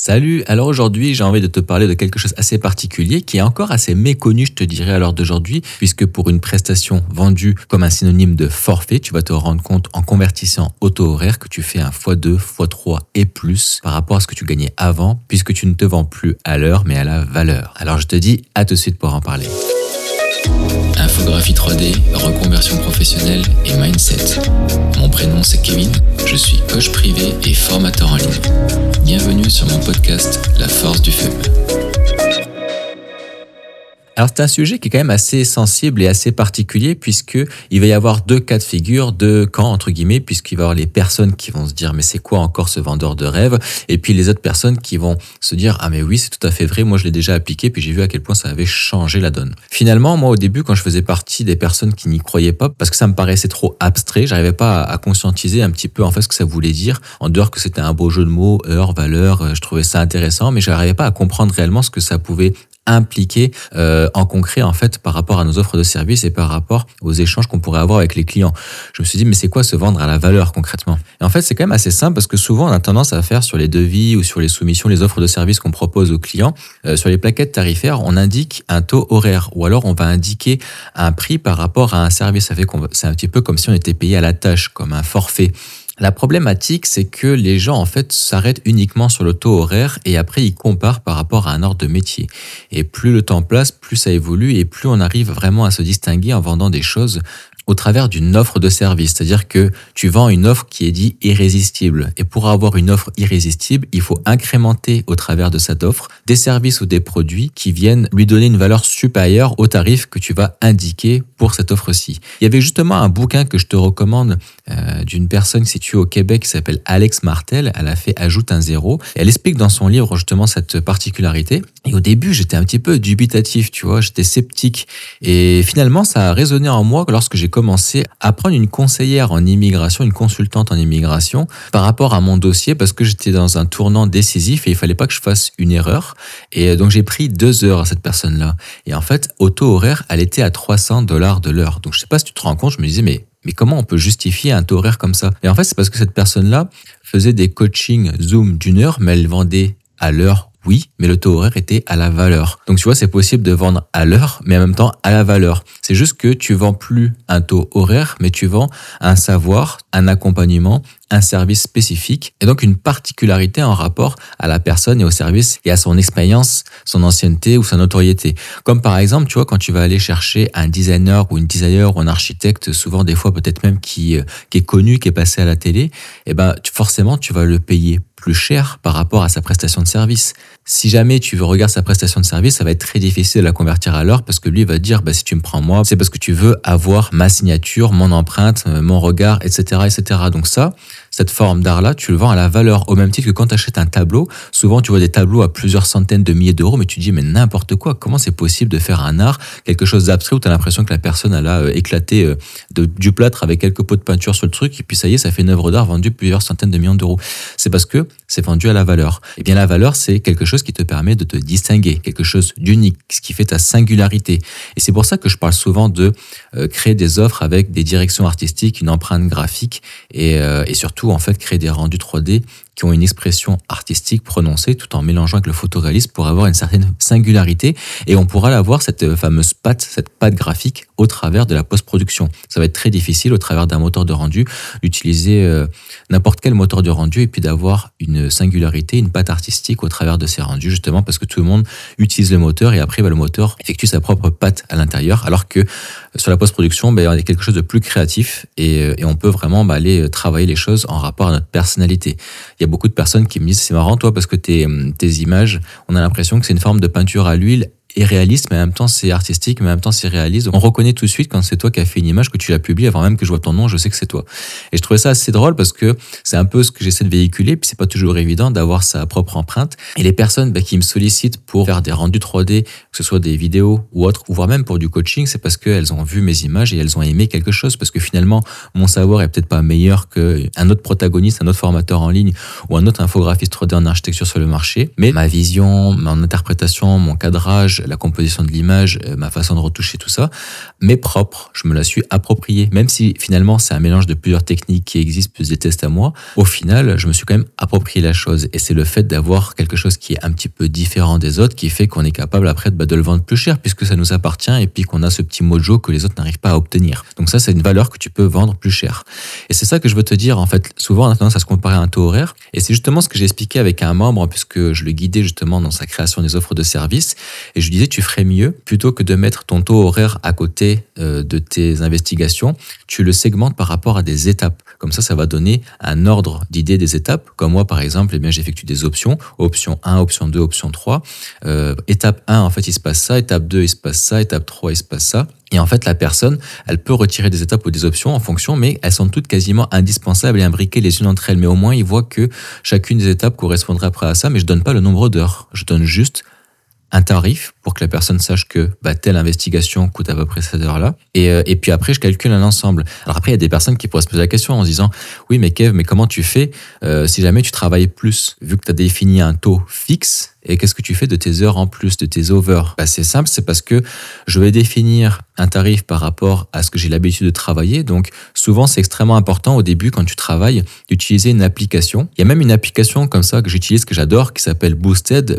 Salut, alors aujourd'hui j'ai envie de te parler de quelque chose assez particulier qui est encore assez méconnu je te dirais à l'heure d'aujourd'hui puisque pour une prestation vendue comme un synonyme de forfait, tu vas te rendre compte en convertissant au taux horaire que tu fais un x2, x3 et plus par rapport à ce que tu gagnais avant puisque tu ne te vends plus à l'heure mais à la valeur. Alors je te dis à tout de suite pour en parler. Infographie 3D, reconversion professionnelle et mindset. Mon prénom c'est Kevin, je suis coach privé et formateur en ligne. Bienvenue sur mon podcast La Force du Feu. Alors c'est un sujet qui est quand même assez sensible et assez particulier puisqu'il va y avoir deux cas de figure, deux camps entre guillemets, puisqu'il va y avoir les personnes qui vont se dire mais c'est quoi encore ce vendeur de rêve, et puis les autres personnes qui vont se dire ah mais oui c'est tout à fait vrai, moi je l'ai déjà appliqué puis j'ai vu à quel point ça avait changé la donne. Finalement moi au début quand je faisais partie des personnes qui n'y croyaient pas parce que ça me paraissait trop abstrait, j'arrivais pas à conscientiser un petit peu en fait ce que ça voulait dire, en dehors que c'était un beau jeu de mots, heure, valeur, je trouvais ça intéressant mais j'arrivais pas à comprendre réellement ce que ça pouvait impliqué en concret en fait par rapport à nos offres de services et par rapport aux échanges qu'on pourrait avoir avec les clients. Je me suis dit mais c'est quoi se vendre à la valeur concrètement? Et en fait c'est quand même assez simple parce que souvent on a tendance à faire sur les devis ou sur les soumissions, les offres de services qu'on propose aux clients, sur les plaquettes tarifaires on indique un taux horaire ou alors on va indiquer un prix par rapport à un service. Ça fait c'est un petit peu comme si on était payé à la tâche, comme un forfait. La problématique, c'est que les gens, en fait, s'arrêtent uniquement sur le taux horaire et après, ils comparent par rapport à un ordre de métier. Et plus le temps passe, plus ça évolue et plus on arrive vraiment à se distinguer en vendant des choses au travers d'une offre de service. C'est-à-dire que tu vends une offre qui est dite irrésistible. Et pour avoir une offre irrésistible, il faut incrémenter au travers de cette offre des services ou des produits qui viennent lui donner une valeur supérieure au tarif que tu vas indiquer pour cette offre-ci. Il y avait justement un bouquin que je te recommande d'une personne située au Québec qui s'appelle Alex Martel. Elle a fait Ajoute un zéro. Et elle explique dans son livre justement cette particularité. Et au début, j'étais un petit peu dubitatif, tu vois, j'étais sceptique. Et finalement, ça a résonné en moi lorsque j'ai commencé à prendre une conseillère en immigration, une consultante en immigration par rapport à mon dossier parce que j'étais dans un tournant décisif et il fallait pas que je fasse une erreur. Et donc, j'ai pris 2 heures à cette personne-là. Et en fait, au taux horaire, elle était à $300 de l'heure. Donc, je sais pas si tu te rends compte, je me disais, mais comment on peut justifier un taux horaire comme ça? Et en fait, c'est parce que cette personne-là faisait des coachings Zoom d'1 heure, mais elle vendait à l'heure. Oui, mais le taux horaire était à la valeur. Donc tu vois, c'est possible de vendre à l'heure, mais en même temps à la valeur. C'est juste que tu vends plus un taux horaire, mais tu vends un savoir, un accompagnement, un service spécifique et donc une particularité en rapport à la personne et au service et à son expérience, son ancienneté ou sa notoriété. Comme par exemple, tu vois, quand tu vas aller chercher un designer ou une designer ou un architecte, souvent des fois peut-être même qui est connu, qui est passé à la télé, forcément tu vas le payer plus cher par rapport à sa prestation de service. Si jamais tu regardes sa prestation de service, ça va être très difficile de la convertir à l'heure parce que lui va te dire si tu me prends moi, c'est parce que tu veux avoir ma signature, mon empreinte, mon regard, etc., etc. Donc cette forme d'art-là, tu le vends à la valeur. Au même titre que quand tu achètes un tableau, souvent tu vois des tableaux à plusieurs centaines de milliers d'euros, mais tu te dis mais n'importe quoi, comment c'est possible de faire un art, quelque chose d'abstrait où tu as l'impression que la personne elle a éclaté du plâtre avec quelques pots de peinture sur le truc et puis ça y est, ça fait une œuvre d'art vendue plusieurs centaines de millions d'euros. C'est parce que c'est vendu à la valeur. Et bien la valeur, c'est quelque chose qui te permet de te distinguer, quelque chose d'unique, ce qui fait ta singularité. Et c'est pour ça que je parle souvent de créer des offres avec des directions artistiques, une empreinte graphique et surtout en fait créer des rendus 3D qui ont une expression artistique prononcée tout en mélangeant avec le photoréalisme pour avoir une certaine singularité et on pourra l'avoir cette fameuse patte, cette patte graphique au travers de la post-production. Ça va être très difficile au travers d'un moteur de rendu d'utiliser n'importe quel moteur de rendu et puis d'avoir une singularité, une patte artistique au travers de ces rendus justement parce que tout le monde utilise le moteur et après le moteur effectue sa propre patte à l'intérieur alors que sur la post-production, il y a quelque chose de plus créatif et on peut vraiment aller travailler les choses en rapport à notre personnalité. Il y a beaucoup de personnes qui me disent c'est marrant toi parce que tes images, on a l'impression que c'est une forme de peinture à l'huile et réaliste, mais en même temps c'est artistique, mais en même temps c'est réaliste. Donc on reconnaît tout de suite quand c'est toi qui as fait une image, que tu l'as publiée, avant même que je vois ton nom, je sais que c'est toi. Et je trouvais ça assez drôle parce que c'est un peu ce que j'essaie de véhiculer, puis c'est pas toujours évident d'avoir sa propre empreinte. Et les personnes qui me sollicitent pour faire des rendus 3D, que ce soit des vidéos ou autres, ou voire même pour du coaching, c'est parce qu'elles ont vu mes images et elles ont aimé quelque chose, parce que finalement mon savoir est peut-être pas meilleur qu'un autre protagoniste, un autre formateur en ligne ou un autre infographiste 3D en architecture sur le marché, mais ma vision, mon interprétation, mon cadrage, l'image, la composition de l'image, ma façon de retoucher tout ça, mais propre. Je me la suis appropriée. Même si finalement c'est un mélange de plusieurs techniques qui existent, plus des tests à moi, au final, je me suis quand même approprié la chose. Et c'est le fait d'avoir quelque chose qui est un petit peu différent des autres qui fait qu'on est capable après de le vendre plus cher puisque ça nous appartient et puis qu'on a ce petit mojo que les autres n'arrivent pas à obtenir. Donc ça, c'est une valeur que tu peux vendre plus cher. Et c'est ça que je veux te dire, en fait. Souvent, on a tendance à se comparer à un taux horaire. Et c'est justement ce que j'ai expliqué avec un membre puisque je le guidais justement dans sa création des offres de services. Et je lui disais, tu ferais mieux, plutôt que de mettre ton taux horaire à côté de tes investigations, tu le segmentes par rapport à des étapes. Comme ça va donner un ordre d'idée des étapes. Comme moi, par exemple, j'effectue des options. Option 1, option 2, option 3. Étape 1, en fait, il se passe ça. Étape 2, il se passe ça. Étape 3, il se passe ça. Et en fait, la personne, elle peut retirer des étapes ou des options en fonction, mais elles sont toutes quasiment indispensables et imbriquées les unes entre elles. Mais au moins, il voit que chacune des étapes correspondrait après à ça, mais je donne pas le nombre d'heures. Je donne juste un tarif pour que la personne sache que telle investigation coûte à peu près cette heure-là. Et puis après, je calcule un ensemble. Alors après, il y a des personnes qui pourraient se poser la question en se disant « Oui, mais Kev, mais comment tu fais si jamais tu travailles plus, vu que tu as défini un taux fixe et qu'est-ce que tu fais de tes heures en plus, de tes overs ?» C'est simple, c'est parce que je vais définir un tarif par rapport à ce que j'ai l'habitude de travailler. Donc souvent, c'est extrêmement important au début, quand tu travailles, d'utiliser une application. Il y a même une application comme ça que j'utilise, que j'adore, qui s'appelle Boosted,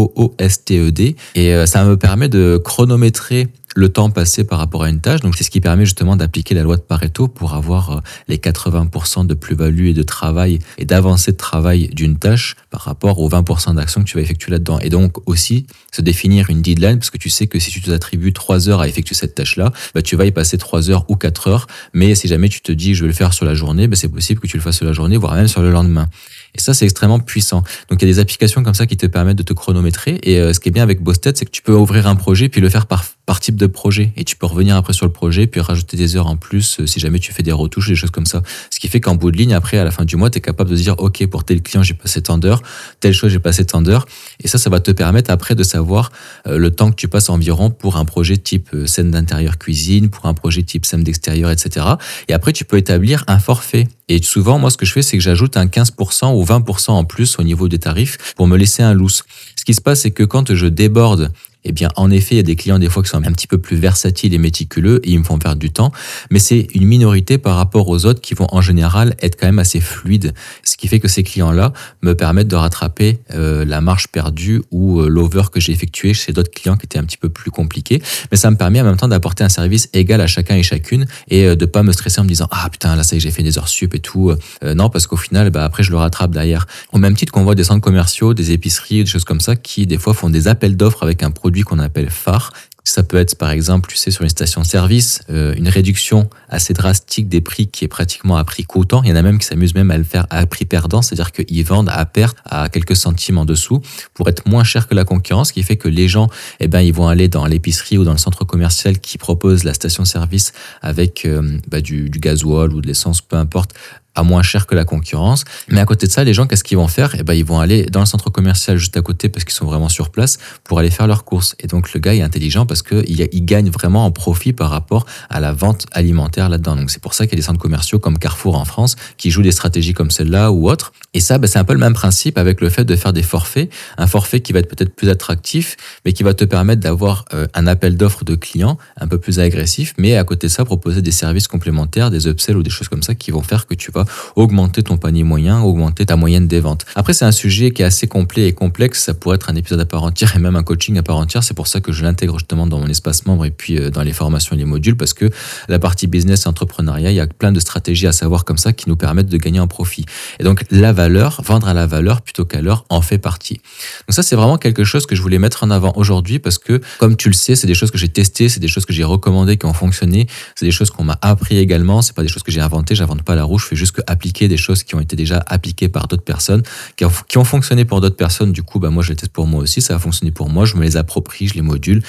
Boosted. Et ça me permet de chronométrer le temps passé par rapport à une tâche. Donc, c'est ce qui permet justement d'appliquer la loi de Pareto pour avoir les 80% de plus-value et de travail et d'avancée de travail d'une tâche par rapport aux 20% d'action que tu vas effectuer là-dedans. Et donc, aussi, se définir une deadline parce que tu sais que si tu t'attribues 3 heures à effectuer cette tâche-là, tu vas y passer 3 heures ou 4 heures. Mais si jamais tu te dis, je vais le faire sur la journée, c'est possible que tu le fasses sur la journée, voire même sur le lendemain. Et ça, c'est extrêmement puissant. Donc, il y a des applications comme ça qui te permettent de te chronométrer. Et ce qui est bien avec Boosted, c'est que tu peux ouvrir un projet puis le faire par type de projet. Et tu peux revenir après sur le projet puis rajouter des heures en plus si jamais tu fais des retouches, des choses comme ça. Ce qui fait qu'en bout de ligne, après, à la fin du mois, tu es capable de dire, OK, pour tel client, j'ai passé tant d'heures, telle chose, j'ai passé tant d'heures. Et ça va te permettre après de savoir le temps que tu passes environ pour un projet type scène d'intérieur cuisine, pour un projet type scène d'extérieur, etc. Et après, tu peux établir un forfait. Et souvent, moi, ce que je fais, c'est que j'ajoute un 15% ou 20% en plus au niveau des tarifs pour me laisser un loose. Ce qui se passe, c'est que quand je déborde, en effet, il y a des clients des fois qui sont un petit peu plus versatiles et méticuleux et ils me font perdre du temps, mais c'est une minorité par rapport aux autres qui vont en général être quand même assez fluides. Ce qui fait que ces clients-là me permettent de rattraper la marge perdue ou l'over que j'ai effectué chez d'autres clients qui étaient un petit peu plus compliqués. Mais ça me permet en même temps d'apporter un service égal à chacun et chacune et de pas me stresser en me disant « Ah putain, là ça y est, j'ai fait des heures sup et tout. » Non, parce qu'au final, après je le rattrape derrière. Au même titre qu'on voit des centres commerciaux, des épiceries, des choses comme ça qui des fois font des appels d'offres avec un produit qu'on appelle phare. Ça peut être par exemple, sur une station-service, une réduction assez drastique des prix qui est pratiquement à prix coûtant. Il y en a même qui s'amusent même à le faire à prix perdant, c'est-à-dire qu'ils vendent à perte à quelques centimes en dessous pour être moins cher que la concurrence, ce qui fait que les gens, ils vont aller dans l'épicerie ou dans le centre commercial qui propose la station-service avec du gasoil ou de l'essence, peu importe, à moins cher que la concurrence. Mais à côté de ça, les gens, qu'est-ce qu'ils vont faire ? Ils vont aller dans le centre commercial juste à côté parce qu'ils sont vraiment sur place pour aller faire leurs courses. Et donc, le gars est intelligent parce qu'il gagne vraiment en profit par rapport à la vente alimentaire là-dedans. Donc, c'est pour ça qu'il y a des centres commerciaux comme Carrefour en France qui jouent des stratégies comme celle-là ou autres. Et ça, c'est un peu le même principe avec le fait de faire des forfaits. Un forfait qui va être peut-être plus attractif, mais qui va te permettre d'avoir un appel d'offres de clients un peu plus agressif, mais à côté de ça, proposer des services complémentaires, des upsells ou des choses comme ça qui vont faire que tu vas augmenter ton panier moyen, augmenter ta moyenne des ventes. Après, c'est un sujet qui est assez complet et complexe. Ça pourrait être un épisode à part entière et même un coaching à part entière. C'est pour ça que je l'intègre justement dans mon espace membre et puis dans les formations et les modules parce que la partie business et entrepreneuriat, il y a plein de stratégies à savoir comme ça qui nous permettent de gagner en profit. Et donc, la valeur, vendre à la valeur plutôt qu'à l'heure en fait partie. Donc ça, c'est vraiment quelque chose que je voulais mettre en avant aujourd'hui parce que, comme tu le sais, c'est des choses que j'ai testées, c'est des choses que j'ai recommandées qui ont fonctionné, c'est des choses qu'on m'a appris également, c'est pas des choses que j'ai inventées, j'invente pas la roue, je fais juste que appliquer des choses qui ont été déjà appliquées par d'autres personnes, qui ont fonctionné pour d'autres personnes. Du coup, moi, je les teste pour moi aussi. Ça a fonctionné pour moi. Je me les approprie, je les module, je les adapte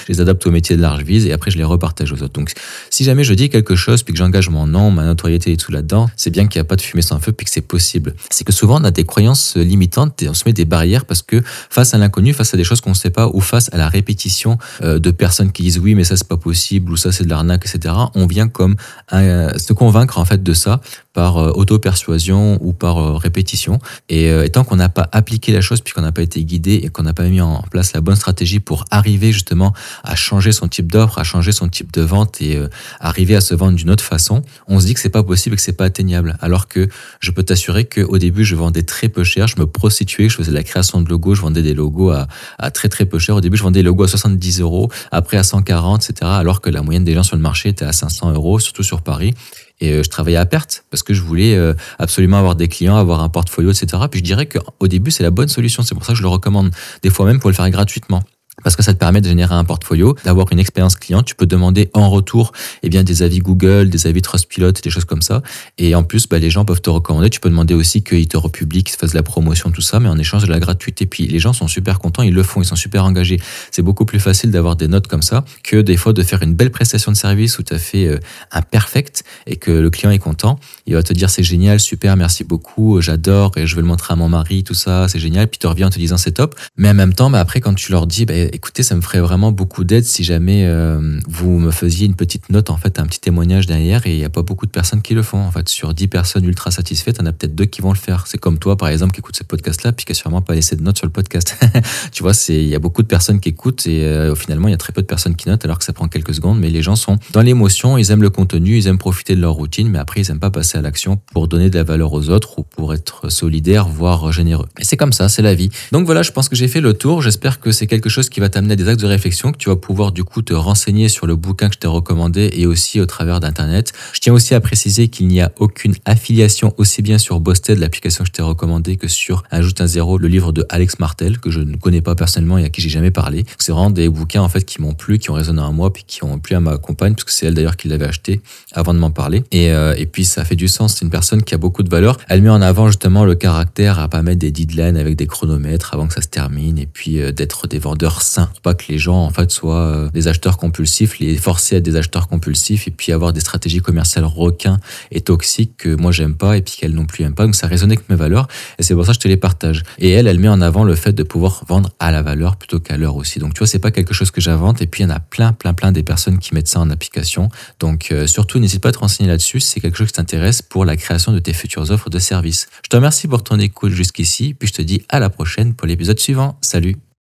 au métier de large vise et après je les repartage aux autres. Donc si jamais je dis quelque chose puis que j'engage mon nom, ma notoriété et tout là-dedans, c'est bien qu'il n'y a pas de fumée sans feu puis que c'est possible. C'est que souvent on a des croyances limitantes et on se met des barrières parce que face à l'inconnu, face à des choses qu'on ne sait pas ou face à la répétition de personnes qui disent oui mais ça c'est pas possible ou ça c'est de l'arnaque, etc. On vient comme se convaincre en fait de ça par auto-persuasion ou par répétition. Et tant qu'on n'a pas appliqué la chose, puis qu'on n'a pas été guidé et qu'on n'a pas mis en place la bonne stratégie pour arriver justement à changer son type d'offre, à changer son type de vente et arriver à se vendre d'une autre façon, on se dit que c'est pas possible et que c'est pas atteignable. Alors que je peux t'assurer qu'au début, je vendais très peu cher, je me prostituais, je faisais de la création de logos, je vendais des logos à très très peu cher. Au début, je vendais des logos à 70 €, après à 140, etc. Alors que la moyenne des gens sur le marché était à 500 €, surtout sur Paris. Et je travaillais à perte parce que je voulais absolument avoir des clients, avoir un portfolio, etc. Puis je dirais qu'au début, c'est la bonne solution. C'est pour ça que je le recommande. Des fois même pour le faire gratuitement. Parce que ça te permet de générer un portfolio, d'avoir une expérience client. Tu peux demander en retour des avis Google, des avis Trustpilot, des choses comme ça. Et en plus, les gens peuvent te recommander. Tu peux demander aussi qu'ils te republient, qu'ils te fassent de la promotion, tout ça, mais en échange de la gratuité. Puis les gens sont super contents, ils le font, ils sont super engagés. C'est beaucoup plus facile d'avoir des notes comme ça que des fois de faire une belle prestation de service où tu as fait un perfect et que le client est content. Il va te dire c'est génial, super, merci beaucoup, j'adore et je veux le montrer à mon mari, tout ça, c'est génial. Puis tu reviens en te disant c'est top. Mais en même temps, après, quand tu leur dis écoutez, ça me ferait vraiment beaucoup d'aide si jamais vous me faisiez une petite note, en fait, un petit témoignage derrière, et il n'y a pas beaucoup de personnes qui le font. En fait, sur 10 personnes ultra satisfaites, il y en a peut-être 2 qui vont le faire. C'est comme toi, par exemple, qui écoute ce podcast-là, puis qui n'a sûrement pas laissé de notes sur le podcast. Tu vois, il y a beaucoup de personnes qui écoutent, et finalement, il y a très peu de personnes qui notent, alors que ça prend quelques secondes, mais les gens sont dans l'émotion, ils aiment le contenu, ils aiment profiter de leur routine, mais après, ils n'aiment pas passer à l'action pour donner de la valeur aux autres ou pour être solidaire, voire généreux. Et c'est comme ça, c'est la vie. Donc voilà, je pense que j'ai fait le tour. J'espère que c'est quelque chose qui va t'amener à des axes de réflexion, que tu vas pouvoir du coup te renseigner sur le bouquin que je t'ai recommandé et aussi au travers d'Internet. Je tiens aussi à préciser qu'il n'y a aucune affiliation aussi bien sur Boosted, l'application que je t'ai recommandée, que sur Ajoute un zéro, le livre de Alex Martel, que je ne connais pas personnellement et à qui j'ai jamais parlé. C'est vraiment des bouquins en fait qui m'ont plu, qui ont résonné en moi, puis qui ont plu à ma compagne, parce que c'est elle d'ailleurs qui l'avait acheté avant de m'en parler. Et puis ça fait du sens, c'est une personne qui a beaucoup de valeur. Elle met en avant justement le caractère à pas mettre des deadlines avec des chronomètres avant que ça se termine, et puis d'être des vendeurs sains, pour pas que les gens en fait soient des acheteurs compulsifs, les forcer à être des acheteurs compulsifs et puis avoir des stratégies commerciales requins et toxiques que moi j'aime pas et puis qu'elle non plus aime pas. Donc ça résonne avec mes valeurs et c'est pour ça que je te les partage. Et elle met en avant le fait de pouvoir vendre à la valeur plutôt qu'à l'heure aussi. Donc tu vois, c'est pas quelque chose que j'invente, et puis il y en a plein des personnes qui mettent ça en application. Donc surtout n'hésite pas à te renseigner là-dessus si c'est quelque chose qui t'intéresse pour la création de tes futures offres de services. Je te remercie pour ton écoute jusqu'ici, puis je te dis à la prochaine pour l'épisode suivant. Salut!